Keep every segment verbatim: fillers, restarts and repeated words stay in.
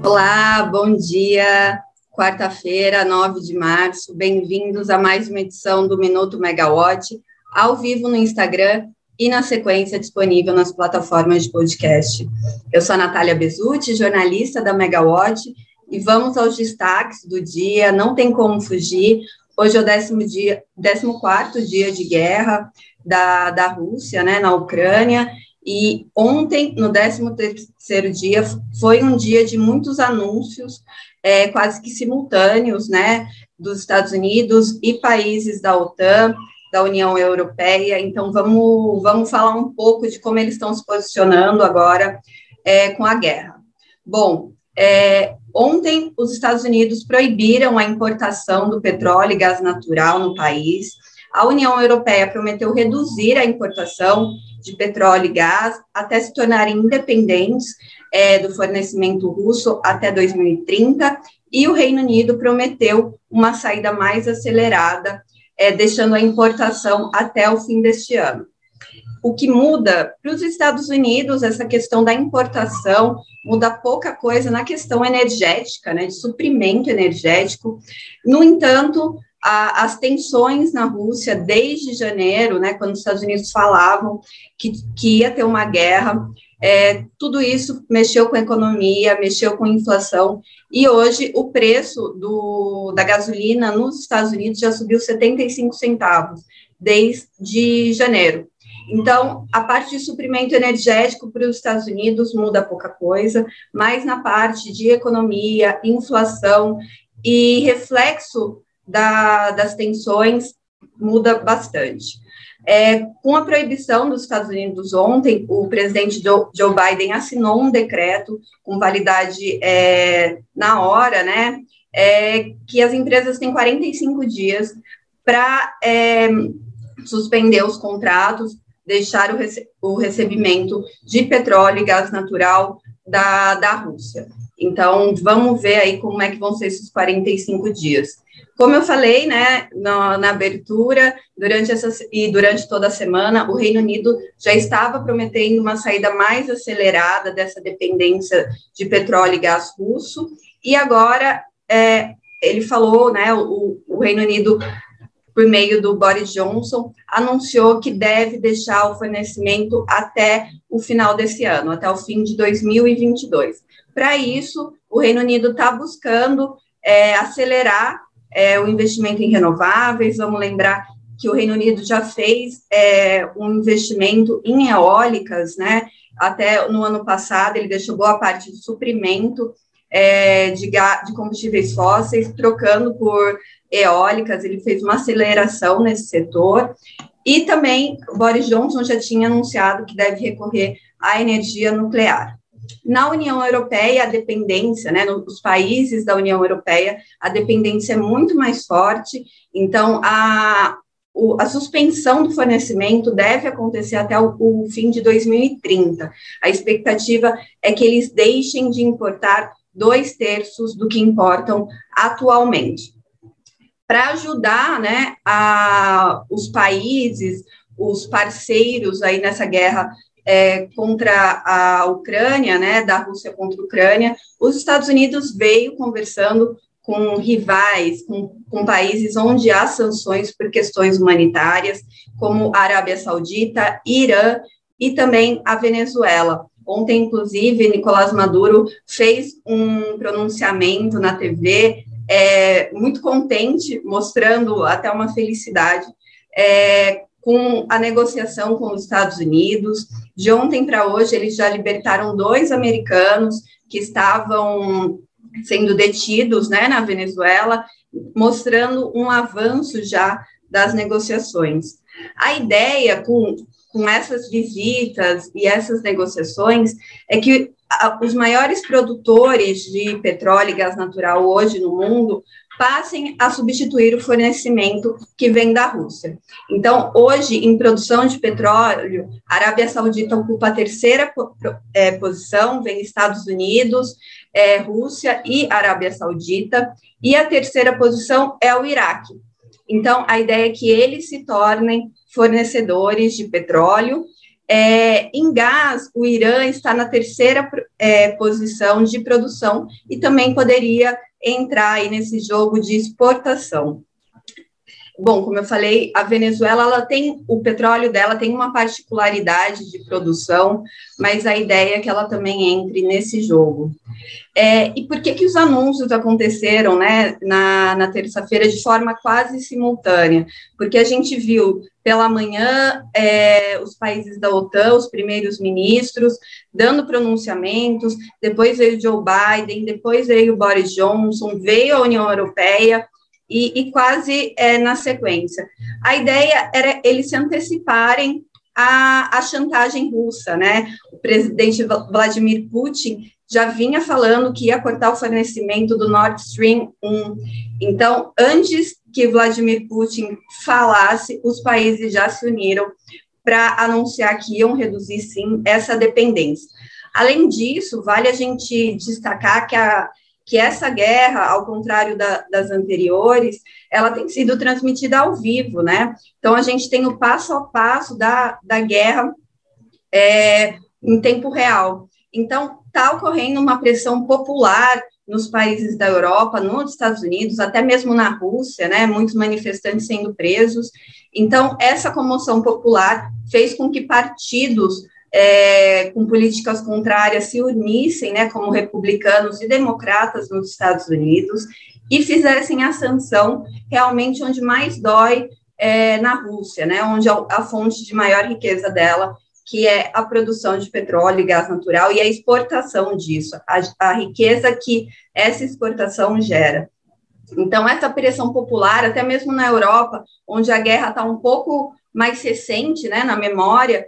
Olá, bom dia, quarta-feira, nove de março, bem-vindos a mais uma edição do Minuto Megawatt, ao vivo no Instagram e na sequência disponível nas plataformas de podcast. Eu sou a Natália Bezutti, jornalista da Megawatt, e vamos aos destaques do dia, não tem como fugir. Hoje é o décimo dia, décimo quarto dia de guerra da, da Rússia, né, na Ucrânia. E ontem, no décimo terceiro dia, foi um dia de muitos anúncios, é, quase que simultâneos, né, dos Estados Unidos e países da OTAN, da União Europeia. Então, vamos, vamos falar um pouco de como eles estão se posicionando agora é, com a guerra. Bom, é, ontem os Estados Unidos proibiram a importação do petróleo e gás natural no país. A União Europeia prometeu reduzir a importação de petróleo e gás até se tornarem independentes é, do fornecimento russo até dois mil e trinta, e o Reino Unido prometeu uma saída mais acelerada, é, deixando a importação até o fim deste ano. O que muda para os Estados Unidos, essa questão da importação, muda pouca coisa na questão energética, né, de suprimento energético. No entanto, a, as tensões na Rússia, desde janeiro, né, quando os Estados Unidos falavam que, que ia ter uma guerra, é, tudo isso mexeu com a economia, mexeu com a inflação, e hoje o preço do, da gasolina nos Estados Unidos já subiu setenta e cinco centavos, desde janeiro. Então, a parte de suprimento energético para os Estados Unidos muda pouca coisa, mas na parte de economia, inflação e reflexo da, das tensões muda bastante. É, com a proibição dos Estados Unidos ontem, o presidente Joe, Joe Biden assinou um decreto com validade é, na hora, né, é, que as empresas têm quarenta e cinco dias para é, suspender os contratos, deixar o, rece o recebimento de petróleo e gás natural da, da Rússia. Então, vamos ver aí como é que vão ser esses quarenta e cinco dias. Como eu falei, né, na, na abertura, durante essa, e durante toda a semana, o Reino Unido já estava prometendo uma saída mais acelerada dessa dependência de petróleo e gás russo, e agora é, ele falou, né, o, o Reino Unido, por meio do Boris Johnson, anunciou que deve deixar o fornecimento até o final desse ano, até o fim de dois mil e vinte e dois. Para isso, o Reino Unido está buscando é, acelerar é, o investimento em renováveis. Vamos lembrar que o Reino Unido já fez é, um investimento em eólicas, né? Até no ano passado, ele deixou boa parte de suprimento é, de, de combustíveis fósseis, trocando por eólicas. Ele fez uma aceleração nesse setor, e também o Boris Johnson já tinha anunciado que deve recorrer à energia nuclear. Na União Europeia, a dependência, né, nos países da União Europeia, a dependência é muito mais forte, então a, o, a suspensão do fornecimento deve acontecer até o, o fim de dois mil e trinta. A expectativa é que eles deixem de importar dois terços do que importam atualmente. Para ajudar, né, a, os países, os parceiros aí nessa guerra é, contra a Ucrânia, né, da Rússia contra a Ucrânia, os Estados Unidos veio conversando com rivais, com, com países onde há sanções por questões humanitárias, como a Arábia Saudita, Irã e também a Venezuela. Ontem, inclusive, Nicolás Maduro fez um pronunciamento na T V, É, muito contente, mostrando até uma felicidade é, com a negociação com os Estados Unidos. De ontem para hoje, eles já libertaram dois americanos que estavam sendo detidos, né, na Venezuela, mostrando um avanço já das negociações. A ideia com, com essas visitas e essas negociações é que os maiores produtores de petróleo e gás natural hoje no mundo passem a substituir o fornecimento que vem da Rússia. Então, hoje, em produção de petróleo, a Arábia Saudita ocupa a terceira é, posição, vem Estados Unidos, é, Rússia e Arábia Saudita, e a terceira posição é o Iraque. Então, a ideia é que eles se tornem fornecedores de petróleo, É, em gás, o Irã está na terceira é, posição de produção e também poderia entrar aí nesse jogo de exportação. Bom, como eu falei, a Venezuela, ela tem, o petróleo dela tem uma particularidade de produção, mas a ideia é que ela também entre nesse jogo. É, e por que que os anúncios aconteceram, né, na, na terça-feira de forma quase simultânea? Porque a gente viu pela manhã é, os países da OTAN, os primeiros ministros, dando pronunciamentos, depois veio Joe Biden, depois veio Boris Johnson, veio a União Europeia, e, e quase é, na sequência. A ideia era eles se anteciparem à, à chantagem russa, né? O presidente Vladimir Putin já vinha falando que ia cortar o fornecimento do Nord Stream um. Então, antes que Vladimir Putin falasse, os países já se uniram para anunciar que iam reduzir, sim, essa dependência. Além disso, vale a gente destacar que, a, que essa guerra, ao contrário da, das anteriores, ela tem sido transmitida ao vivo, né? Então, a gente tem o passo a passo da, da guerra é, em tempo real. Então, está ocorrendo uma pressão popular nos países da Europa, nos Estados Unidos, até mesmo na Rússia, né, muitos manifestantes sendo presos. Então, essa comoção popular fez com que partidos é, com políticas contrárias se unissem, né, como republicanos e democratas nos Estados Unidos, e fizessem a sanção realmente onde mais dói é, na Rússia, né, onde a, a fonte de maior riqueza dela, que é a produção de petróleo e gás natural e a exportação disso, a, a riqueza que essa exportação gera. Então, essa pressão popular, até mesmo na Europa, onde a guerra está um pouco mais recente, né, na memória,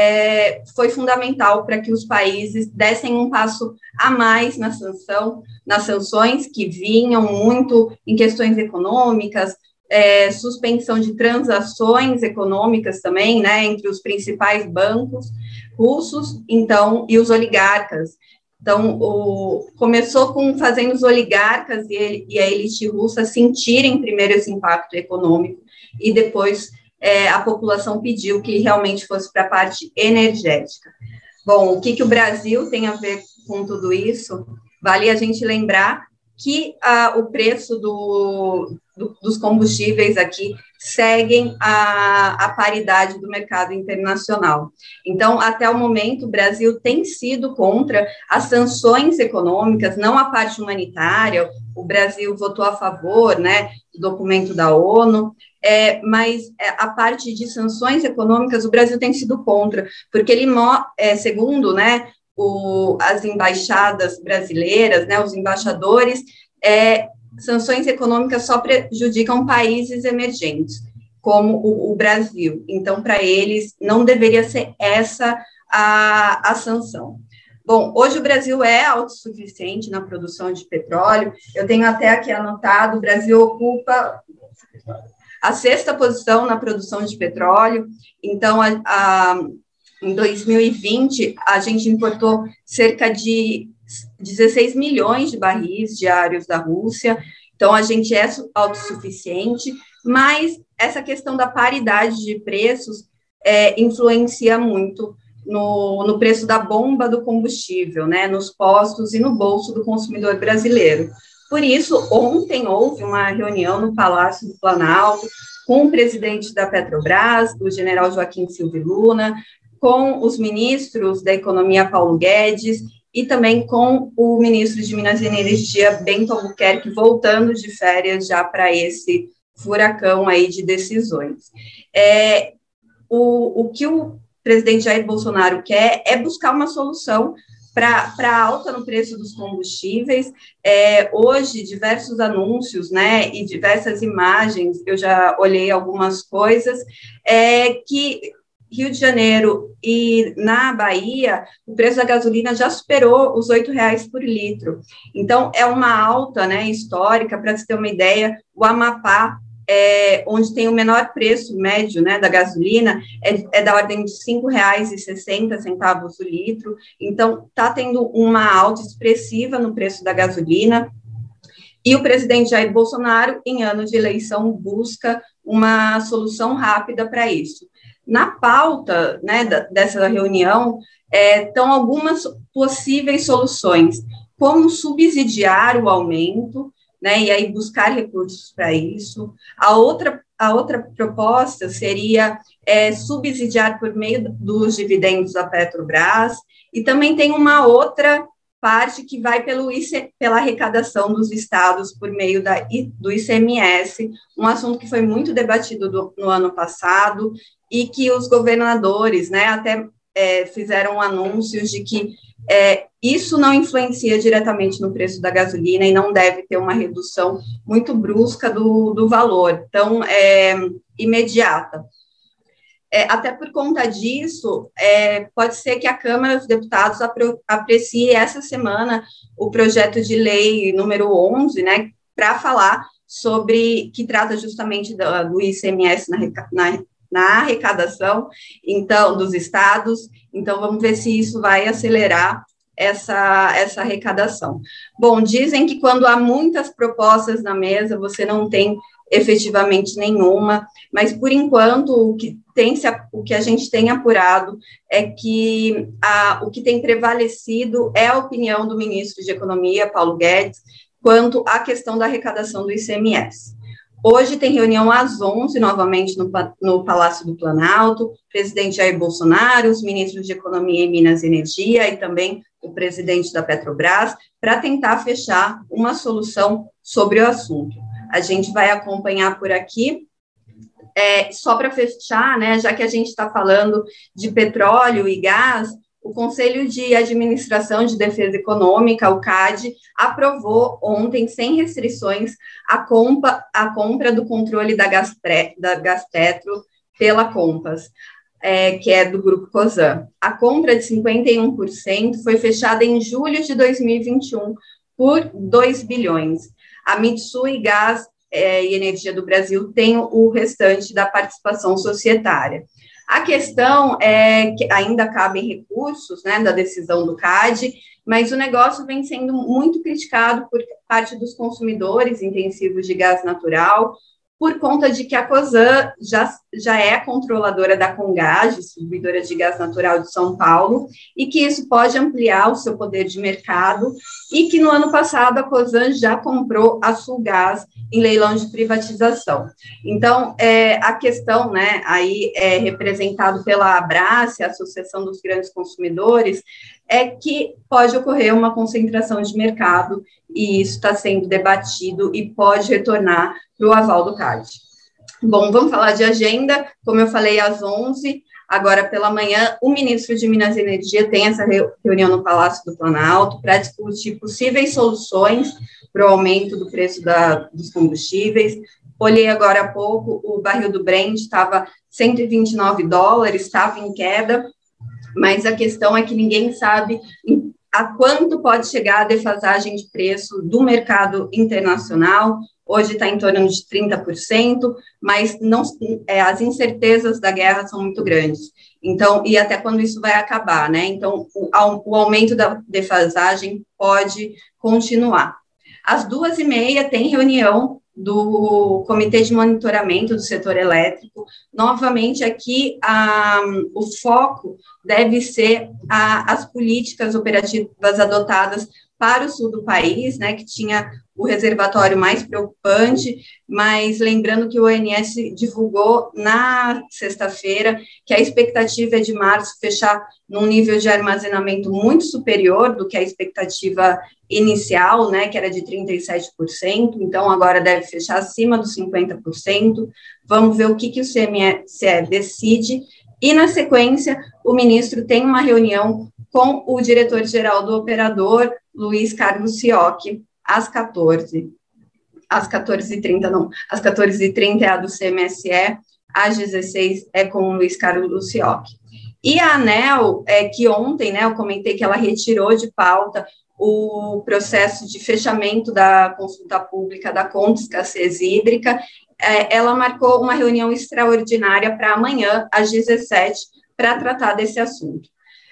é, foi fundamental para que os países dessem um passo a mais na sanção, nas sanções que vinham muito em questões econômicas, É, suspensão de transações econômicas também, né, entre os principais bancos russos, então, e os oligarcas. Então, o, começou com fazendo os oligarcas e, e a elite russa sentirem primeiro esse impacto econômico, e depois é, a população pediu que realmente fosse para a parte energética. Bom, o que, que o Brasil tem a ver com tudo isso? Vale a gente lembrar que ah, o preço do, do, dos combustíveis aqui seguem a, a paridade do mercado internacional. Então, até o momento, o Brasil tem sido contra as sanções econômicas, não a parte humanitária. O Brasil votou a favor, né, do documento da ONU, é, mas a parte de sanções econômicas, o Brasil tem sido contra, porque ele, é, segundo, né, O, as embaixadas brasileiras, né, os embaixadores, é, sanções econômicas só prejudicam países emergentes, como o, o Brasil. Então, para eles, não deveria ser essa a, a sanção. Bom, hoje o Brasil é autossuficiente na produção de petróleo. Eu tenho até aqui anotado, o Brasil ocupa a sexta posição na produção de petróleo. Então, a, a em dois mil e vinte, a gente importou cerca de dezesseis milhões de barris diários da Rússia, então a gente é autossuficiente, mas essa questão da paridade de preços é, influencia muito no, no preço da bomba do combustível, né, nos postos e no bolso do consumidor brasileiro. Por isso, ontem houve uma reunião no Palácio do Planalto com o presidente da Petrobras, o general Joaquim Silva e Luna, com os ministros da Economia, Paulo Guedes, e também com o ministro de Minas e Energia, Bento Albuquerque, voltando de férias já para esse furacão aí de decisões. É, o, o que o presidente Jair Bolsonaro quer é buscar uma solução para a alta no preço dos combustíveis. É, hoje, diversos anúncios, né, e diversas imagens, eu já olhei algumas coisas, é, que Rio de Janeiro e na Bahia, o preço da gasolina já superou os oito reais por litro. Então, é uma alta, né, histórica. Para se ter uma ideia, o Amapá, é, onde tem o menor preço médio, né, da gasolina, é, é da ordem de cinco reais e sessenta centavos o litro. Então, está tendo uma alta expressiva no preço da gasolina. E o presidente Jair Bolsonaro, em anos de eleição, busca uma solução rápida para isso. Na pauta, né, da, dessa reunião, é, estão algumas possíveis soluções, como subsidiar o aumento, né, e aí buscar recursos para isso. A outra, a outra proposta seria é, subsidiar por meio dos dividendos da Petrobras, e também tem uma outra parte que vai pelo I C, pela arrecadação dos estados por meio da, do I C M S, um assunto que foi muito debatido do, no ano passado, e que os governadores, né, até é, fizeram anúncios de que é, isso não influencia diretamente no preço da gasolina e não deve ter uma redução muito brusca do, do valor, tão é, imediata. É, até por conta disso, é, pode ser que a Câmara dos Deputados apro- aprecie essa semana o projeto de lei número onze, né, para falar sobre, que trata justamente do, do I C M S na, na, na arrecadação, então, dos estados. Então, vamos ver se isso vai acelerar essa, essa arrecadação. Bom, dizem que quando há muitas propostas na mesa, você não tem efetivamente nenhuma, mas, por enquanto, o que, tem se, o que a gente tem apurado é que a, o que tem prevalecido é a opinião do ministro de Economia, Paulo Guedes, quanto à questão da arrecadação do I C M S. Hoje tem reunião às onze, novamente, no, no Palácio do Planalto, presidente Jair Bolsonaro, os ministros de Economia e Minas e Energia e também o presidente da Petrobras, para tentar fechar uma solução sobre o assunto. A gente vai acompanhar por aqui. É, só para fechar, né, já que a gente está falando de petróleo e gás, o Conselho de Administração de Defesa Econômica, o C A D, aprovou ontem, sem restrições, a, compa, a compra do controle da, Gaspre, da Gaspetro pela Compass, é, que é do Grupo Cosan. A compra de cinquenta e um por cento foi fechada em julho de dois mil e vinte e um por dois bilhões. A Mitsui Gás é, e Energia do Brasil tem o restante da participação societária. A questão é que ainda cabem recursos, né, da decisão do C A D, mas o negócio vem sendo muito criticado por parte dos consumidores intensivos de gás natural, por conta de que a Cosan já, já é controladora da Comgás, distribuidora de gás natural de São Paulo, e que isso pode ampliar o seu poder de mercado, e que no ano passado a Cosan já comprou a Sulgás em leilão de privatização. Então, é, a questão, né, aí é representado pela Abrace, a Associação dos Grandes Consumidores, é que pode ocorrer uma concentração de mercado, e isso está sendo debatido e pode retornar para o aval do C A D. Bom, vamos falar de agenda, como eu falei, às onze, agora pela manhã, o ministro de Minas e Energia tem essa reunião no Palácio do Planalto para discutir possíveis soluções para o aumento do preço da, dos combustíveis. Olhei agora há pouco, o barril do Brent estava cento e vinte e nove dólares, estava em queda, mas a questão é que ninguém sabe a quanto pode chegar a defasagem de preço do mercado internacional. Hoje está em torno de trinta por cento, mas não, é, as incertezas da guerra são muito grandes. Então, e até quando isso vai acabar, né? Então, o, o aumento da defasagem pode continuar. Às duas e meia tem reunião do Comitê de Monitoramento do Setor Elétrico. Novamente, aqui, a, o foco deve ser a, as políticas operativas adotadas para o sul do país, né, que tinha o reservatório mais preocupante, mas lembrando que o O N S divulgou na sexta-feira que a expectativa é de março fechar num nível de armazenamento muito superior do que a expectativa inicial, né, que era de trinta e sete por cento, então agora deve fechar acima dos cinquenta por cento. Vamos ver o que, que o C M S decide, e na sequência o ministro tem uma reunião com o diretor-geral do operador, Luiz Carlos Siocchi, às quatorze. Às quatorze e trinta, não. Às quatorze e trinta é a do C M S E, às dezesseis é com o Luiz Carlos Siocchi. E a ANEEL, é, que ontem, né, eu comentei que ela retirou de pauta o processo de fechamento da consulta pública da conta escassez hídrica, é, ela marcou uma reunião extraordinária para amanhã, às dezessete, para tratar desse assunto.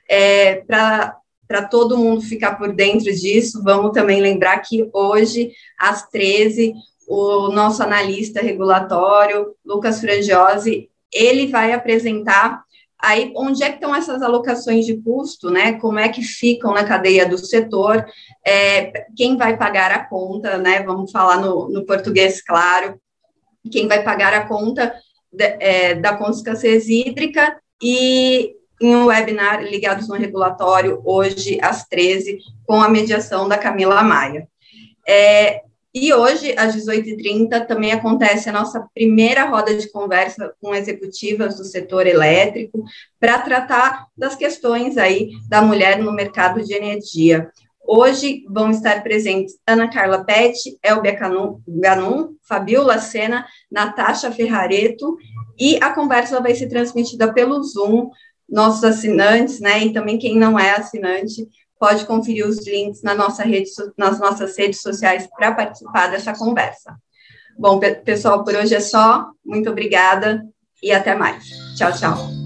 É, para para todo mundo ficar por dentro disso, vamos também lembrar que hoje, às treze, o nosso analista regulatório, Lucas Frangiosi, ele vai apresentar aí onde é que estão essas alocações de custo, né? Como é que ficam na cadeia do setor, é, quem vai pagar a conta, né? Vamos falar no, no português claro, quem vai pagar a conta de, é, da conta de escassez hídrica, e em um webinar Ligados no Regulatório, hoje às treze, com a mediação da Camila Maia. É, E hoje, às dezoito e trinta, também acontece a nossa primeira roda de conversa com executivas do setor elétrico para tratar das questões aí da mulher no mercado de energia. Hoje vão estar presentes Ana Carla Pet, Elbia Ganum, Fabiola Sena, Natasha Ferrareto, e a conversa vai ser transmitida pelo Zoom, nossos assinantes, né, e também quem não é assinante, pode conferir os links na nossa rede, nas nossas redes sociais para participar dessa conversa. Bom, pessoal, por hoje é só. Muito obrigada e até mais. Tchau, tchau.